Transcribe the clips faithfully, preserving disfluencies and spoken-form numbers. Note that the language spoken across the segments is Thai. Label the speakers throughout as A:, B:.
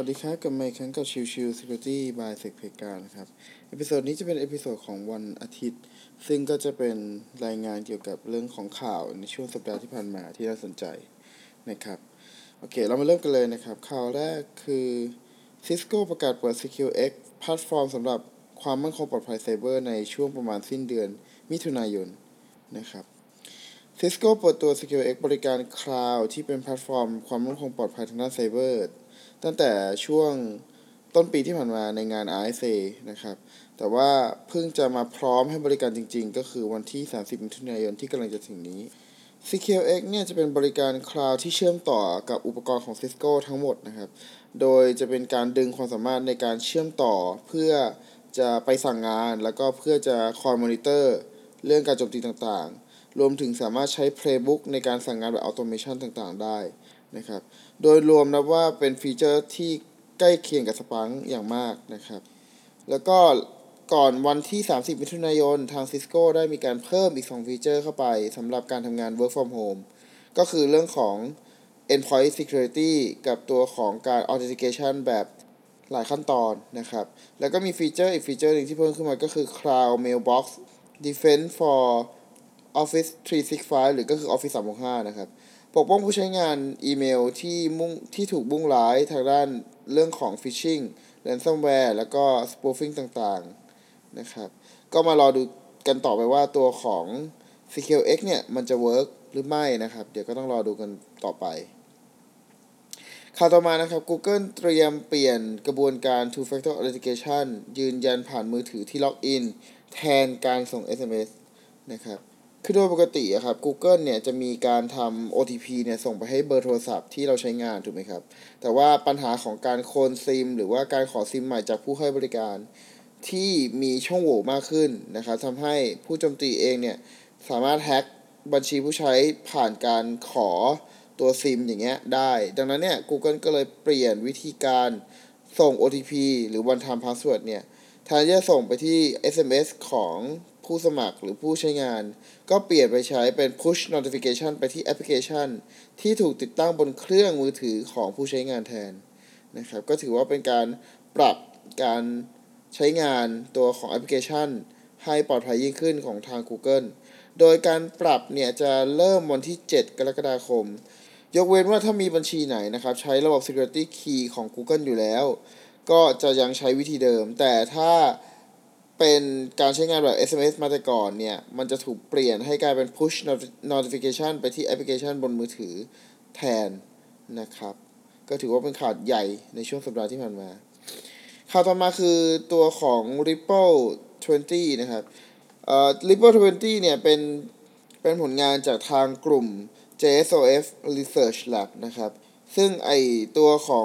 A: วัสดีครับกับไมค์ครั้งกับชิวชิว Security by Sec เพกานะครับเอพิโซดนี้จะเป็นเอพิโซดของวันอาทิตย์ซึ่งก็จะเป็นรายงานเกี่ยวกับเรื่องของข่าวในช่วงสัปดาห์ที่ผ่านมาที่น่าสนใจนะครับโอเคเรามาเริ่มกันเลยนะครับข่าวแรกคือ Cisco ประกาศเปิด Secure X แพลตฟอร์มสำหรับความมั่นคงปลอดภัยไซเบอร์ในช่วงประมาณสิ้นเดือนมิถุนายนนะครับ Cisco เปิดตัว Secure X บริการคลาวด์ที่เป็นแพลตฟอร์มความมั่นคงปลอดภัยทางด้านไซเบอร์ตั้งแต่ช่วงต้นปีที่ผ่านมาในงาน อาร์ เอส เอ นะครับแต่ว่าเพิ่งจะมาพร้อมให้บริการจริงๆก็คือวันที่สามสิบมิถุนายนที่กำลังจะถึงนี้ Secure X เนี่ยจะเป็นบริการคลาวด์ที่เชื่อมต่อกับอุปกรณ์ของ Cisco ทั้งหมดนะครับโดยจะเป็นการดึงความสามารถในการเชื่อมต่อเพื่อจะไปสั่งงานแล้วก็เพื่อจะคอยมอนิเตอร์เรื่องการโจมตีต่างๆรวมถึงสามารถใช้ Playbook ในการสั่งงานแบบ Automation ต่างๆได้นะครับโดยรวมนับว่าเป็นฟีเจอร์ที่ใกล้เคียงกับ Splunk อย่างมากนะครับแล้วก็ก่อนวันที่สามสิบมิถุนายนทาง Cisco ได้มีการเพิ่มอีกสองฟีเจอร์เข้าไปสำหรับการทำงาน Work from Home ก็คือเรื่องของ Endpoint Security กับตัวของการ Authentication แบบหลายขั้นตอนนะครับแล้วก็มีฟีเจอร์อีกฟีเจอร์หนึ่งที่เพิ่มขึ้นมาก็คือ Cloud Mailbox Defense for Office สามร้อยหกสิบห้าหรือก็คือ Office สามหกห้านะครับปกป้องผู้ใช้งานอีเมลที่มุ่งที่ถูกบุ้งร้ายทางด้านเรื่องของ Phishing Ransomware แล้วก็ Spoofing ต่างๆนะครับก็มารอดูกันต่อไปว่าตัวของ Secure X เนี่ยมันจะ work หรือไม่นะครับเดี๋ยวก็ต้องรอดูกันต่อไปข่าวต่อมานะครับ Google เตรียมเปลี่ยนกระบวนการ Two Factor Authentication ยืนยันผ่านมือถือที่ล็อกอินแทนการส่ง เอส เอ็ม เอส นะครับคือโดยปกติอะครับ Google เนี่ยจะมีการทำ โอ ที พี เนี่ยส่งไปให้เบอร์โทรศัพท์ที่เราใช้งานถูกไหมครับแต่ว่าปัญหาของการโคลนซิมหรือว่าการขอซิมใหม่จากผู้ให้บริการที่มีช่องโหว่มากขึ้นนะครับทำให้ผู้โจมตีเองเนี่ยสามารถแฮ็กบัญชีผู้ใช้ผ่านการขอตัวซิมอย่างเงี้ยได้ดังนั้นเนี่ย Google ก็เลยเปลี่ยนวิธีการส่ง โอ ที พี หรือ One Time Password เนี่ยแทนที่จะส่งไปที่ เอส เอ็ม เอส ของผู้สมัครหรือผู้ใช้งานก็เปลี่ยนไปใช้เป็น push notification ไปที่แอปพลิเคชันที่ถูกติดตั้งบนเครื่องมือถือของผู้ใช้งานแทนนะครับก็ถือว่าเป็นการปรับการใช้งานตัวของแอปพลิเคชันให้ปลอดภัยยิ่งขึ้นของทาง Google โดยการปรับเนี่ยจะเริ่มวันที่เจ็ดกรกฎาคมยกเว้นว่าถ้ามีบัญชีไหนนะครับใช้ระบบ security key ของ Google อยู่แล้วก็จะยังใช้วิธีเดิมแต่ถ้าเป็นการใช้งานแบบ เอส เอ็ม เอส มาแต่ก่อนเนี่ยมันจะถูกเปลี่ยนให้กลายเป็น push notification ไปที่แอปพลิเคชันบนมือถือแทนนะครับก็ถือว่าเป็นข่าวใหญ่ในช่วงสัปดาห์ที่ผ่านมาข่าวต่อมาคือตัวของ Ripple ยี่สิบนะครับเอ่อ Ripple ยี่สิบเนี่ยเป็นเป็นผลงานจากทางกลุ่ม เจ เอส โอ เอฟ Research Lab นะครับซึ่งไอตัวของ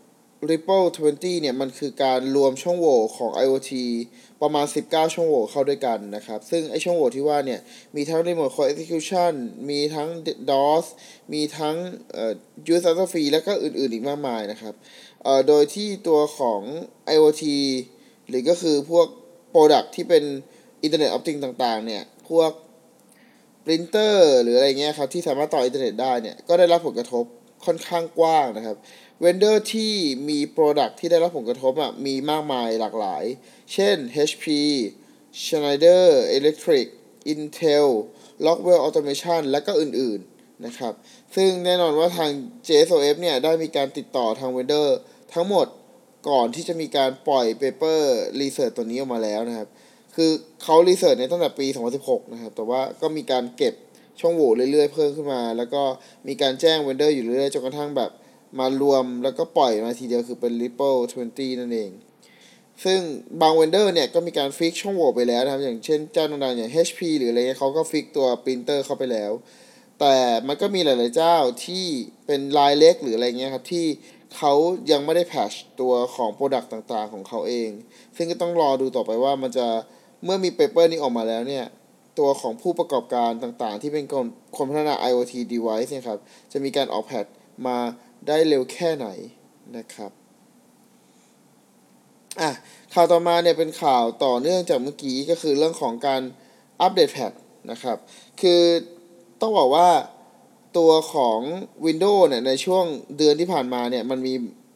A: Ripple ยี่สิบเนี่ยมันคือการรวมช่องโหว่ของ IoT ประมาณสิบเก้าช่องโหว่เข้าด้วยกันนะครับซึ่งไอช่องโหว่ที่ว่าเนี่ยมีทั้ง Remote Code Execution มีทั้ง DOS มีทั้งเอ่อ User Fee แล้วก็อื่นๆอีกมากมายนะครับเอ่อโดยที่ตัวของ IoT หรือก็คือพวก Product ที่เป็น Internet of Things ต่างๆเนี่ยพวกปรินเตอร์หรืออะไรเงี้ยครับที่สามารถต่ออินเทอร์เน็ตได้เนี่ยก็ได้รับผลกระทบค่อนข้างกว้างนะครับเวนเดอร์ที่มีโปรดักต์ที่ได้รับผลกระทบอ่ะมีมากมายหลากหลายเช่น เอช พี Schneider Electric Intel Rockwell Automation และก็อื่นๆนะครับซึ่งแน่นอนว่าทาง เจ เอส โอ เอฟ เนี่ยได้มีการติดต่อทางเวนเดอร์ทั้งหมดก่อนที่จะมีการปล่อยเปเปอร์รีเสิร์ชตัวนี้ออกมาแล้วนะครับคือเขารีเสิร์ชในตั้งแต่ปีสองพันสิบหกนะครับแต่ว่าก็มีการเก็บช่องโหว่เรื่อยๆเพิ่มขึ้นมาแล้วก็มีการแจ้งเวนเดอร์อยู่เรื่อยๆจนกระทั่งแบบมารวมแล้วก็ปล่อยมาทีเดียวคือเป็น Ripple ยี่สิบนั่นเองซึ่งบางเวนเดอร์เนี่ยก็มีการฟิกช่องโหว่ไปแล้วนะครับอย่างเช่นเจ้าดังๆอย่าง เอช พี หรืออะไรเงี้ยเขาก็ฟิกตัวปรินเตอร์เข้าไปแล้วแต่มันก็มีหลายๆเจ้าที่เป็นรายเล็กหรืออะไรเงี้ยครับที่เขายังไม่ได้แพทช์ตัวของ Product ต่างๆของเขาเองซึ่งก็ต้องรอดูต่อไปว่ามันจะเมื่อมีเปเปอร์นี้ออกมาแล้วเนี่ยตัวของผู้ประกอบการต่างๆที่เป็นคนคนพัฒนา IoT device เนี่ยครับจะมีการออกแพทมาได้เร็วแค่ไหนนะครับอ่ะข่าวต่อมาเนี่ยเป็นข่าวต่อเนื่องจากเมื่อกี้ก็คือเรื่องของการอัปเดตแพทนะครับคือต้องบอกว่าตัวของ Windows เนี่ยในช่วงเดือนที่ผ่านมาเนี่ยมันมี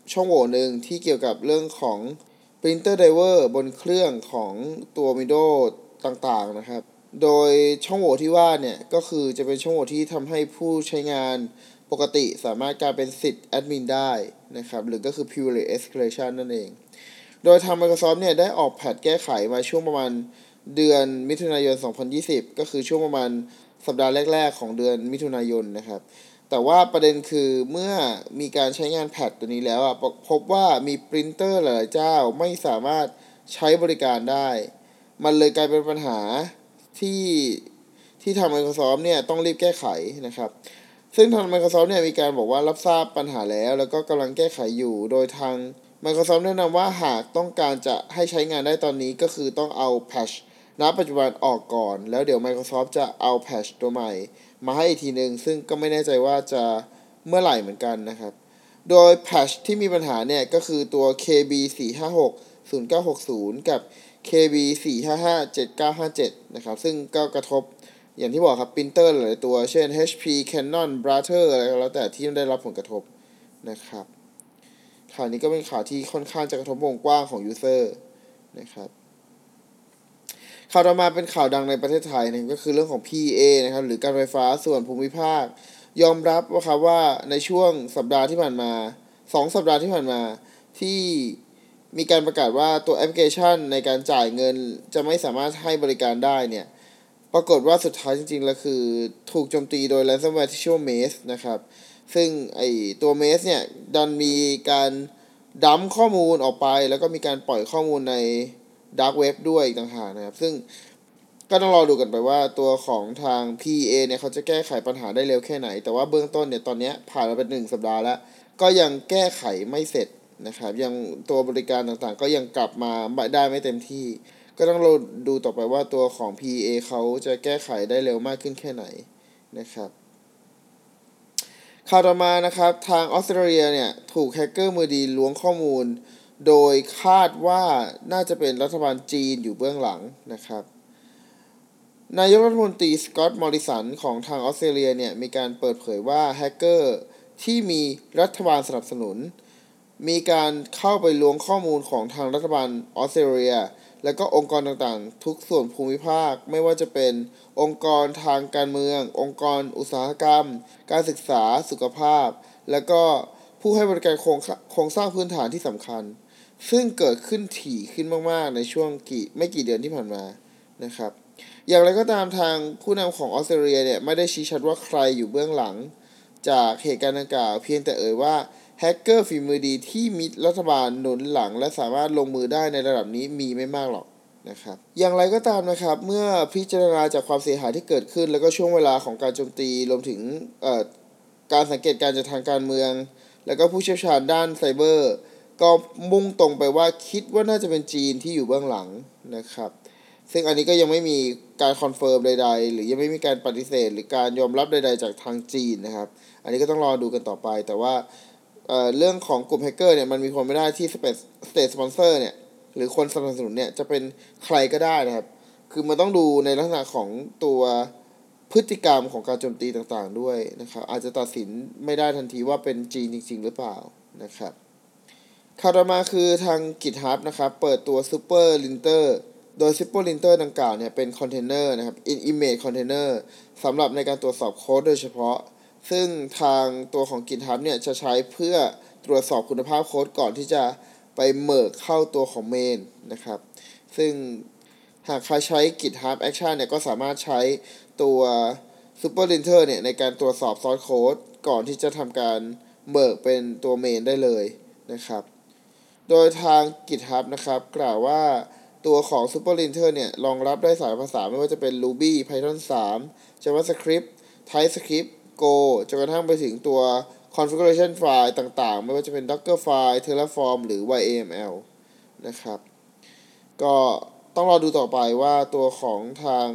A: ช่องโหว่หนึ่งที่เกี่ยวกับเรื่องของ Printer Driver บนเครื่องของตัว Windows ต่างๆนะครับโดยช่องโหว่ที่ว่าเนี่ยก็คือจะเป็นช่องโหว่ที่ทำให้ผู้ใช้งานปกติสามารถกลายเป็นสิทธิ์แอดมินได้นะครับหรือก็คือ privilege escalation นั่นเองโดยทาง Microsoft เนี่ยได้ออกแพทแก้ไขมาช่วงประมาณเดือนมิถุนายนสองพันยี่สิบก็คือช่วงประมาณสัปดาห์แรกๆของเดือนมิถุนายนนะครับแต่ว่าประเด็นคือเมื่อมีการใช้งานแพทตัวนี้แล้วอ่ะพบว่ามีปรินเตอร์หลายเจ้าไม่สามารถใช้บริการได้มันเลยกลายเป็นปัญหาที่ที่ทาง Microsoft เนี่ยต้องรีบแก้ไขนะครับซึ่งทาง Microsoft เนี่ยมีการบอกว่ารับทราบปัญหาแล้วแล้วก็กำลังแก้ไขอยู่โดยทาง Microsoft แนะนำว่าหากต้องการจะให้ใช้งานได้ตอนนี้ก็คือต้องเอาแพทช์ณปัจจุบันออกก่อนแล้วเดี๋ยว Microsoft จะเอาแพทช์ตัวใหม่มาให้อีกทีนึงซึ่งก็ไม่แน่ใจว่าจะเมื่อไหร่เหมือนกันนะครับโดยแพทช์ที่มีปัญหาเนี่ยก็คือตัว เค บี สี่ ห้า หก ศูนย์ เก้า หก ศูนย์ กับ เค บี สี่ ห้า ห้า เจ็ด เก้า ห้า เจ็ด นะครับซึ่งก็กระทบอย่างที่บอกครับปรินเตอร์หลายตัวเช่น เอช พี Canon Brother อะไรก็แล้วแต่ที่ได้รับผลกระทบนะครับข่าวนี้ก็เป็นข่าวที่ค่อนข้างจะกระทบวงกว้างของยูเซอร์นะครับข่าวต่อมาเป็นข่าวดังในประเทศไทยนะก็คือเรื่องของ พี อี เอ นะครับหรือการไฟฟ้าส่วนภูมิภาคยอมรับว่าครับว่าในช่วงสัปดาห์ที่ผ่านมาสองสัปดาห์ที่ผ่านมาที่มีการประกาศว่าตัวแอปพลิเคชันในการจ่ายเงินจะไม่สามารถให้บริการได้เนี่ยปรากฏว่าสุดท้ายจริงๆแล้วคือถูกโจมตีโดย ransomware ที่ชื่อว่า Maze นะครับซึ่งไอตัว Maze เนี่ยดันมีการดัมข้อมูลออกไปแล้วก็มีการปล่อยข้อมูลใน Dark Web ด้วยอีกต่างหากนะครับซึ่งก็ต้องรอดูกันไปว่าตัวของทาง พี อี เอ เนี่ยเขาจะแก้ไขปัญหาได้เร็วแค่ไหนแต่ว่าเบื้องต้นเนี่ยตอนนี้ผ่านมาเป็นหนึ่งสัปดาห์แล้วก็ยังแก้ไขไม่เสร็จนะครับยังตัวบริการต่างๆก็ยังกลับมาได้ไม่เต็มที่ก็ต้องรอดูต่อไปว่าตัวของ พี อี เอ เขาจะแก้ไขได้เร็วมากขึ้นแค่ไหนนะครับข่าวต่อมานะครับทางออสเตรเลียเนี่ยถูกแฮกเกอร์มือดีล้วงข้อมูลโดยคาดว่าน่าจะเป็นรัฐบาลจีนอยู่เบื้องหลังนะครับนายกรัฐมนตรีสก็อตต์มอริสันของทางออสเตรเลียเนี่ยมีการเปิดเผยว่าแฮกเกอร์ที่มีรัฐบาลสนับสนุนมีการเข้าไปล้วงข้อมูลของทางรัฐบาลออสเตรเลียและก็องค์กรต่างๆทุกส่วนภูมิภาคไม่ว่าจะเป็นองค์กรทางการเมืององค์กรอุตสาหกรรมการศึกษาสุขภาพและก็ผู้ให้บริการโครงโครงสร้างพื้นฐานที่สำคัญซึ่งเกิดขึ้นถี่ขึ้นมากๆในช่วงกี่ไม่กี่เดือนที่ผ่านมานะครับอย่างไรก็ตามทางผู้นำของออสเตรเลียเนี่ยไม่ได้ชี้ชัดว่าใครอยู่เบื้องหลังจากเหตุการณ์ดังกล่าวเพียงแต่เอ่ยว่าแฮกเกอร์ฝีมือดีที่มีรัฐบาลหนุนหลังและสามารถลงมือได้ในระดับนี้มีไม่มากหรอกนะครับอย่างไรก็ตามนะครับเมื่อพิจารณาจากความเสียหายที่เกิดขึ้นแล้วก็ช่วงเวลาของการโจมตีรวมถึงการสังเกตการจากทางการเมืองแล้วก็ผู้เชี่ยวชาญด้านไซเบอร์ก็มุ่งตรงไปว่าคิดว่าน่าจะเป็นจีนที่อยู่เบื้องหลังนะครับซึ่งอันนี้ก็ยังไม่มีการคอนเฟิร์มใดๆหรือยังไม่มีการปฏิเสธหรือการยอมรับใดๆจากทางจีนนะครับอันนี้ก็ต้องรอดูกันต่อไปแต่ว่า เอ่อเรื่องของกลุ่มแฮกเกอร์เนี่ยมันมีคนไม่ได้ที่สเปซสเตทสปอนเซอร์เนี่ยหรือคนสนับสนุนเนี่ยจะเป็นใครก็ได้นะครับคือมันต้องดูในลักษณะของตัวพฤติกรรมของการโจมตีต่างๆด้วยนะครับอาจจะตัดสินไม่ได้ทันทีว่าเป็นจีนจริงๆหรือเปล่านะครับข่าวต่อมาคือทาง GitHub นะครับเปิดตัว Super Linter โดย Super Linter ดังกล่าวเนี่ยเป็นคอนเทนเนอร์นะครับ in image container สำหรับในการตรวจสอบโค้ดโดยเฉพาะซึ่งทางตัวของ GitHub เนี่ยจะใช้เพื่อตรวจสอบคุณภาพโค้ดก่อนที่จะไปเมิร์กเข้าตัวของเมนนะครับซึ่งหากใครใช้ GitHub Action เนี่ยก็สามารถใช้ตัว Super Linter เนี่ยในการตรวจสอบซอร์สโค้ดก่อนที่จะทำการเมิร์กเป็นตัวเมนได้เลยนะครับโดยทาง GitHub นะครับกล่าวว่าตัวของ Super Linter เนี่ยรองรับได้สายภาษาไม่ว่าจะเป็น Ruby Python สาม JavaScript TypeScript Go จนกระทั่งไปถึงตัว configuration file ต่างๆไม่ว่าจะเป็น Docker file Terraform หรือ วาย เอ เอ็ม แอล นะครับก็ต้องรอดูต่อไปว่าตัวของทาง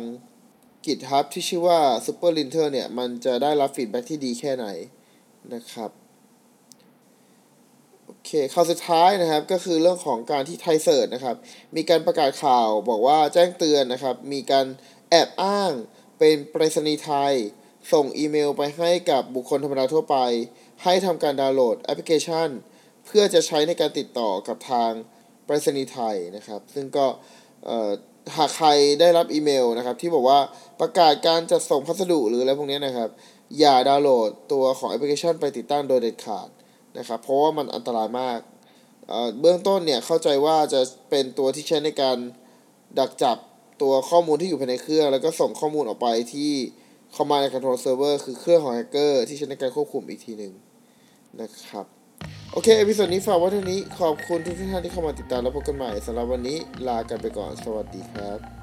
A: GitHub ที่ชื่อว่า Super Linter เนี่ยมันจะได้รับฟีดแบ็กที่ดีแค่ไหนนะครับโอเคข่าวสุดท้ายนะครับก็คือเรื่องของการที่ไทยเซิร์ชนะครับมีการประกาศข่าวบอกว่าแจ้งเตือนนะครับมีการแอบอ้างเป็นไปรษณีย์ไทยส่งอีเมลไปให้กับบุคคลธรรมดาทั่วไปให้ทำการดาวน์โหลดแอปพลิเคชันเพื่อจะใช้ในการติดต่อกับทางไปรษณีย์ไทยนะครับซึ่งก็หากใครได้รับอีเมลนะครับที่บอกว่าประกาศการจัดส่งพัสดุหรืออะไรพวกนี้นะครับอย่าดาวน์โหลดตัวของแอปพลิเคชันไปติดตั้งโดยเด็ดขาดนะครับเพราะว่ามันอันตรายมากเบื้องต้นเนี่ยเข้าใจว่าจะเป็นตัวที่ใช้ในการดักจับตัวข้อมูลที่อยู่ภายในเครื่องแล้วก็ส่งข้อมูลออกไปที่ Command and Control Server คือเครื่องของแฮกเกอร์ที่ใช้ในการควบคุมอีกทีหนึ่งนะครับโอเคเอพิโซดนี้ฝากไว้เท่านี้ขอบคุณทุกท่านที่เข้ามาติดตามแล้วพบกันใหม่สำหรับวันนี้ลากันไปก่อนสวัสดีครับ